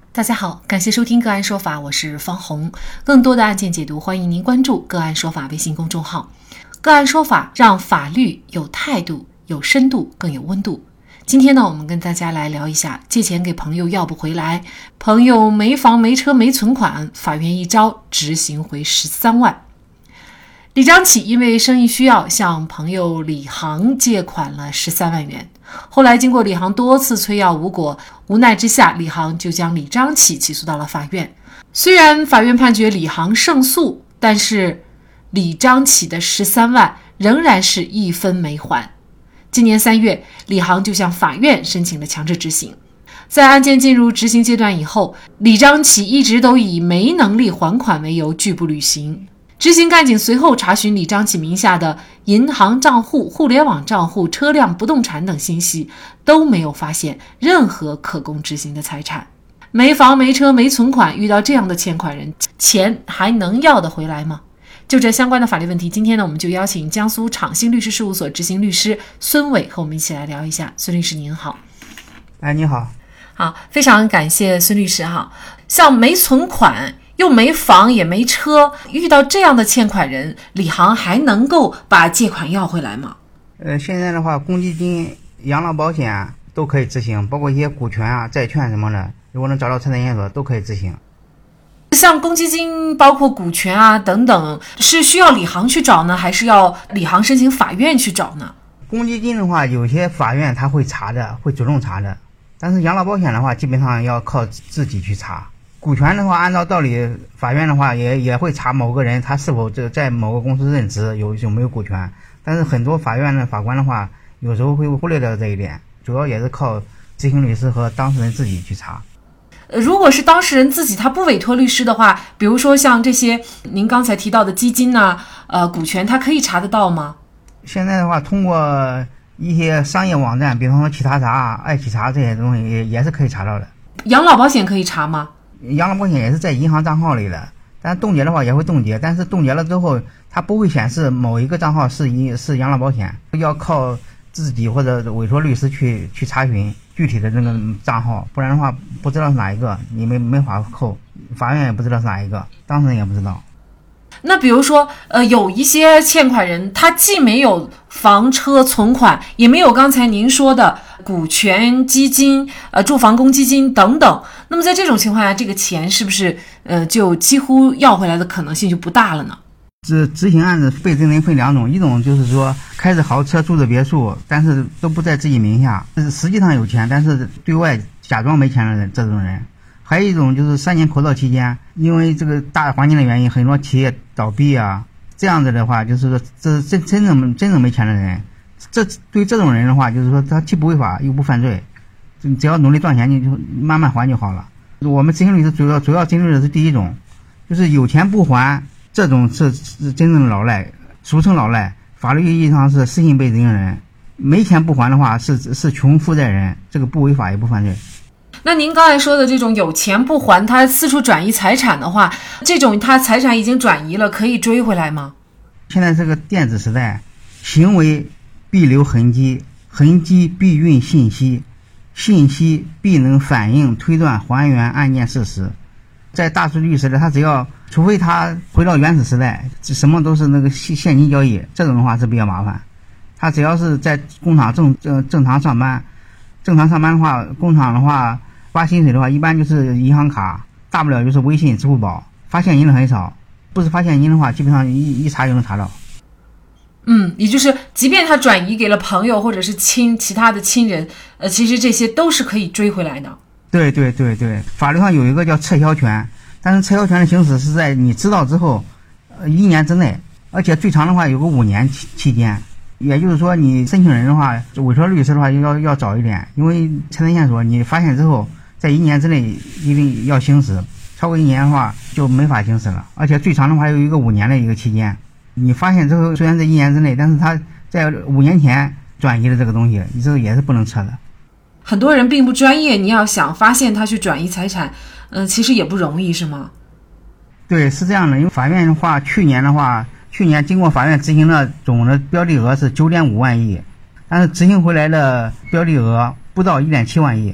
大家好，感谢收听个案说法，我是方红。更多的案件解读，欢迎您关注个案说法微信公众号。个案说法让法律有态度、有深度、更有温度。今天呢，我们跟大家来聊一下借钱给朋友要不回来，朋友没房没车没存款，法院一招执行回13万。李张启因为生意需要向朋友李航借款了13万元，后来经过李航多次催要无果，无奈之下李航就将李张启起诉到了法院。虽然法院判决李航胜诉，但是李张启的13万仍然是一分没还。今年3月，李航就向法院申请了强制执行。在案件进入执行阶段以后，李张启一直都以没能力还款为由拒不履行。执行干警随后查询李张启名下的银行账户、互联网账户、车辆、不动产等信息，都没有发现任何可供执行的财产。没房没车没存款，遇到这样的欠款人，钱还能要得回来吗？就这相关的法律问题，今天呢，我们就邀请江苏长兴律师事务所执行律师孙伟和我们一起来聊一下。孙律师您好。 你好。 好，非常感谢孙律师哈。像没存款又没房也没车，遇到这样的欠款人，李航还能够把借款要回来吗？ 现在的话，公积金、养老保险都可以执行，包括一些股权啊、债券什么的，如果能找到财产线索都可以执行。 像公积金包括股权啊等等，是需要李航去找呢，还是要李航申请法院去找呢？ 公积金的话，有些法院他会查的，会主动查的，但是养老保险的话，基本上要靠自己去查。股权的话，按照道理，法院的话也会查某个人他是否在某个公司任职，有没有股权。但是很多法院的法官的话，有时候会忽略掉这一点，主要也是靠执行律师和当事人自己去查。 如果是当事人自己他不委托律师的话，比如说像这些您刚才提到的基金啊、股权，他可以查得到吗？ 现在的话，通过一些商业网站，比方说企查查、爱企查这些东西也是可以查到的。 养老保险可以查吗？ 养老保险也是在银行账号里的，但是冻结的话也会冻结，但是冻结了之后，它不会显示某一个账号是养老保险，要靠自己或者委托律师去查询具体的那个账号，不然的话不知道是哪一个，你没法扣，法院也不知道是哪一个，当事人也不知道。 那比如说有一些欠款人，他既没有房车存款，也没有刚才您说的股权基金、住房公积金等等，那么在这种情况下，这个钱是不是就几乎要回来的可能性就不大了呢？ 执行案子被执人分两种，一种就是说开着豪车住着别墅，但是都不在自己名下，实际上有钱，但是对外假装没钱的人，这种人。还有一种就是3年口罩期间，因为这个大环境的原因，很多企业倒闭啊，这样子的话，就是说这是真正没钱的人。对这种人的话，就是说他既不违法又不犯罪，只要努力赚钱，你就慢慢还就好了。我们执行律师主要针对的是第一种，就是有钱不还，这种是真正的老赖，俗称老赖，法律意义上是失信被执行人。没钱不还的话，是穷负债人，这个不违法也不犯罪。 那您刚才说的这种有钱不还，他四处转移财产的话，这种他财产已经转移了，可以追回来吗？ 现在是个电子时代，行为必留痕迹，痕迹必蕴信息，信息必能反映、推断、还原案件事实。在大数据时代，他只要除非他回到原始时代，什么都是那个现金交易，这种的话是比较麻烦。他只要是在工厂正常上班的话，工厂的话发薪水的话，一般就是银行卡，大不了就是微信、支付宝，发现金的很少。不是发现金的话，基本上一查就能查到。 也就是即便他转移给了朋友或者是其他的亲人，其实这些都是可以追回来的。 对，法律上有一个叫撤销权，但是撤销权的行使是在你知道之后1年之内，而且最长的话有个5年期间。也就是说，你申请人的话，委托律师的话要早一点，因为财产线索你发现之后，在1年之内一定要行使，超过1年的话就没法行使了。而且最长的话有一个5年的一个期间，你发现之后虽然在1年之内，但是他在5年前转移的这个东西，你这个也是不能撤的。 很多人并不专业，你要想发现他去转移财产，其实也不容易，是吗？ 对，是这样的。因为法院的话，去年经过法院执行的总的标的额是9.5万亿，但是执行回来的标的额不到1.7万亿，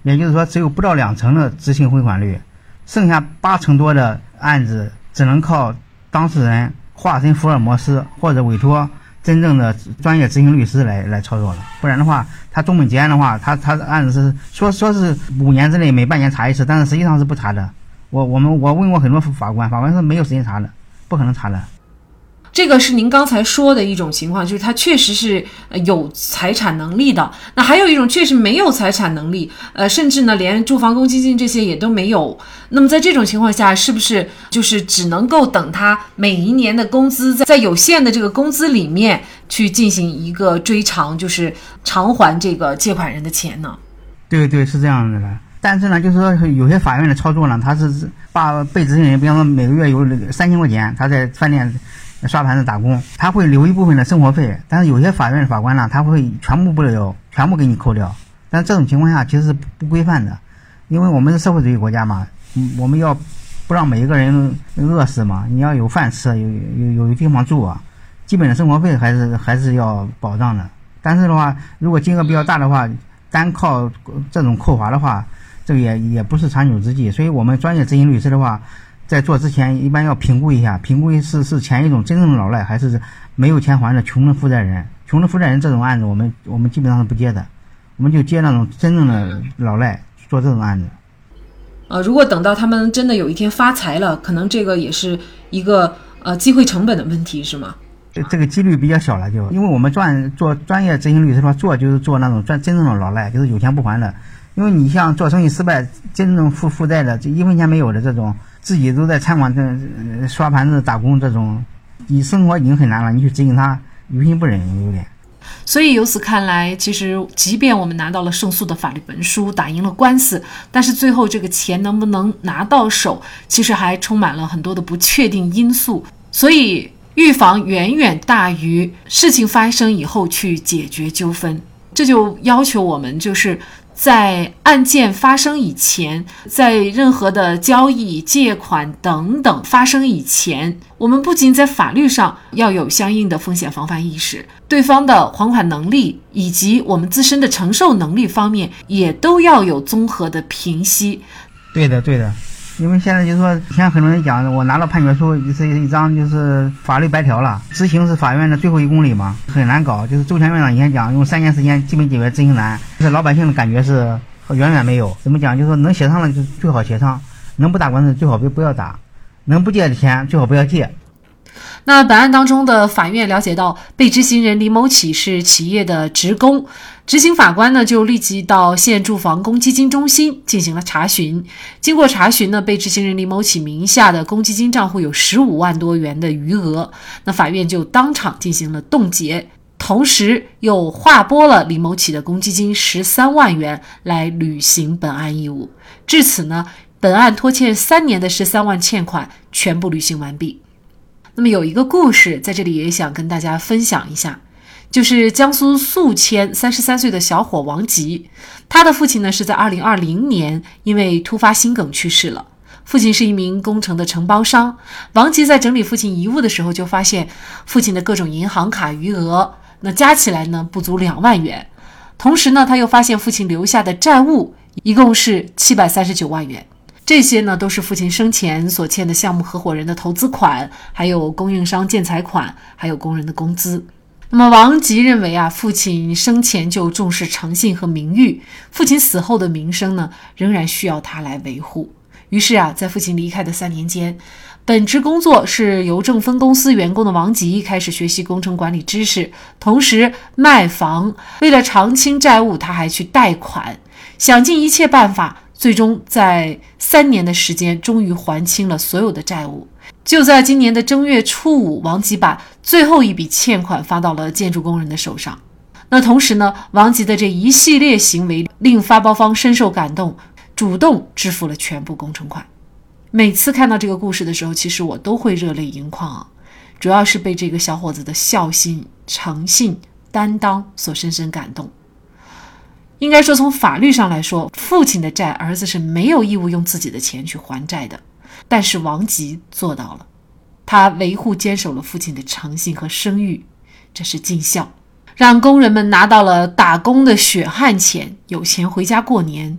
也就是说只有不到2成的执行回款率，剩下80%多的案子只能靠当事人化身福尔摩斯或者委托真正的专业执行律师来操作了。不然的话，他中本结案的话，他的案子是说是5年之内每半年查一次，但是实际上是不查的。我问过很多法官是没有时间查的，不可能查的。 这个是您刚才说的一种情况，就是他确实是有财产能力的。那还有一种确实没有财产能力，甚至呢连住房公积金这些也都没有。那么在这种情况下，是不是就是只能够等他每一年的工资在有限的这个工资里面去进行一个追偿，就是偿还这个借款人的钱呢？ 对，是这样的。但是呢，就是说有些法院的操作呢，他是把被执行人，比方说每个月有3000块钱，他在饭店刷盘子打工，他会留一部分的生活费，但是有些法院的法官呢，他会全部不留，全部给你扣掉。但是这种情况下其实是不规范的，因为我们是社会主义国家嘛，我们要不让每一个人饿死嘛，你要有饭吃，有地方住啊，基本的生活费还是要保障的。但是的话，如果金额比较大的话，单靠这种扣罚的话，这个也不是长久之计。所以我们专业执行律师的话，在做之前一般要评估一下，评估是前一种真正的老赖，还是没有钱还的穷的负债人。穷的负债人这种案子我们基本上是不接的，我们就接那种真正的老赖做这种案子。 如果等到他们真的有一天发财了，可能这个也是一个机会成本的问题，是吗？ 这个几率比较小了，就因为我们做专业执行律师的话，就是做那种真正的老赖，就是有钱不还的。因为你像做生意失败真正负债的，这1分钱没有的这种，自己都在餐馆刷盘子打工，这种你生活已经很难了，你去执行他于心不忍，有点。 所以由此看来，其实即便我们拿到了胜诉的法律文书，打赢了官司，但是最后这个钱能不能拿到手，其实还充满了很多的不确定因素。所以预防远远大于事情发生以后去解决纠纷，这就要求我们就是在案件发生以前，在任何的交易、借款等等发生以前，我们不仅在法律上要有相应的风险防范意识，对方的还款能力以及我们自身的承受能力方面也都要有综合的评析。 对的，因为现在就是说，像很多人讲，我拿到判决书是一张就是法律白条了，执行是法院的最后1公里嘛，很难搞。就是周全院长以前讲，用3年时间基本解决执行难，就是老百姓的感觉是远远没有。怎么讲？就是说能协商了就最好协商，能不打官司最好不要打，能不借的钱最好不要借。 那本案当中的法院了解到，被执行人李某启是企业的职工，执行法官呢就立即到县住房公积金中心进行了查询。经过查询呢，被执行人李某启名下的公积金账户有15万多元的余额，那法院就当场进行了冻结，同时又划拨了李某启的公积金13万元来履行本案义务。至此呢，本案拖欠3年的13万欠款全部履行完毕。那么有一个故事在这里也想跟大家分享一下，就是江苏宿迁33岁的小伙王吉，他的父亲呢是在2020年因为突发心梗去世了。父亲是一名工程的承包商，王吉在整理父亲遗物的时候就发现父亲的各种银行卡余额，那加起来呢不足2万元。同时呢，他又发现父亲留下的债务一共是739万元。这些呢都是父亲生前所欠的项目合伙人的投资款，还有供应商建材款，还有工人的工资。那么王吉认为父亲生前就重视诚信和名誉，父亲死后的名声呢仍然需要他来维护。于是在父亲离开的3年间，本职工作是邮政分公司员工的王吉开始学习工程管理知识，同时卖房，为了偿清债务他还去贷款，想尽一切办法，最终在3年的时间终于还清了所有的债务。就在今年的正月初5，王吉把最后一笔欠款发到了建筑工人的手上。那同时呢，王吉的这一系列行为令发包方深受感动，主动支付了全部工程款。每次看到这个故事的时候，其实我都会热泪盈眶主要是被这个小伙子的孝心、诚信、担当所深深感动。应该说从法律上来说，父亲的债儿子是没有义务用自己的钱去还债的，但是王吉做到了，他维护坚守了父亲的诚信和声誉，这是尽孝，让工人们拿到了打工的血汗钱，有钱回家过年，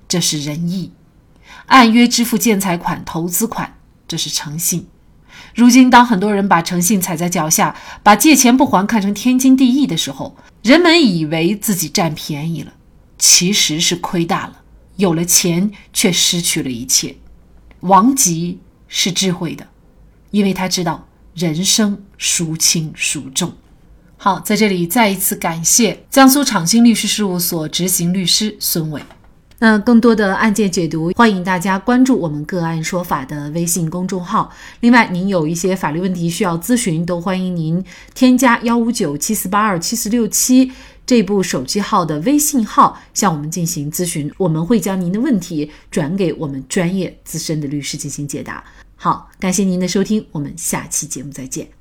这是仁义；按约支付建材款、投资款，这是诚信。如今当很多人把诚信踩在脚下，把借钱不还看成天经地义的时候，人们以为自己占便宜了，其实是亏大了，有了钱却失去了一切。王吉是智慧的，因为他知道人生孰轻孰重。好，在这里再一次感谢江苏长兴律师事务所执行律师孙伟。那更多的案件解读，欢迎大家关注我们个案说法的微信公众号。另外，您有一些法律问题需要咨询，都欢迎您添加15974827467这部手机号的微信号向我们进行咨询，我们会将您的问题转给我们专业资深的律师进行解答。好，感谢您的收听，我们下期节目再见。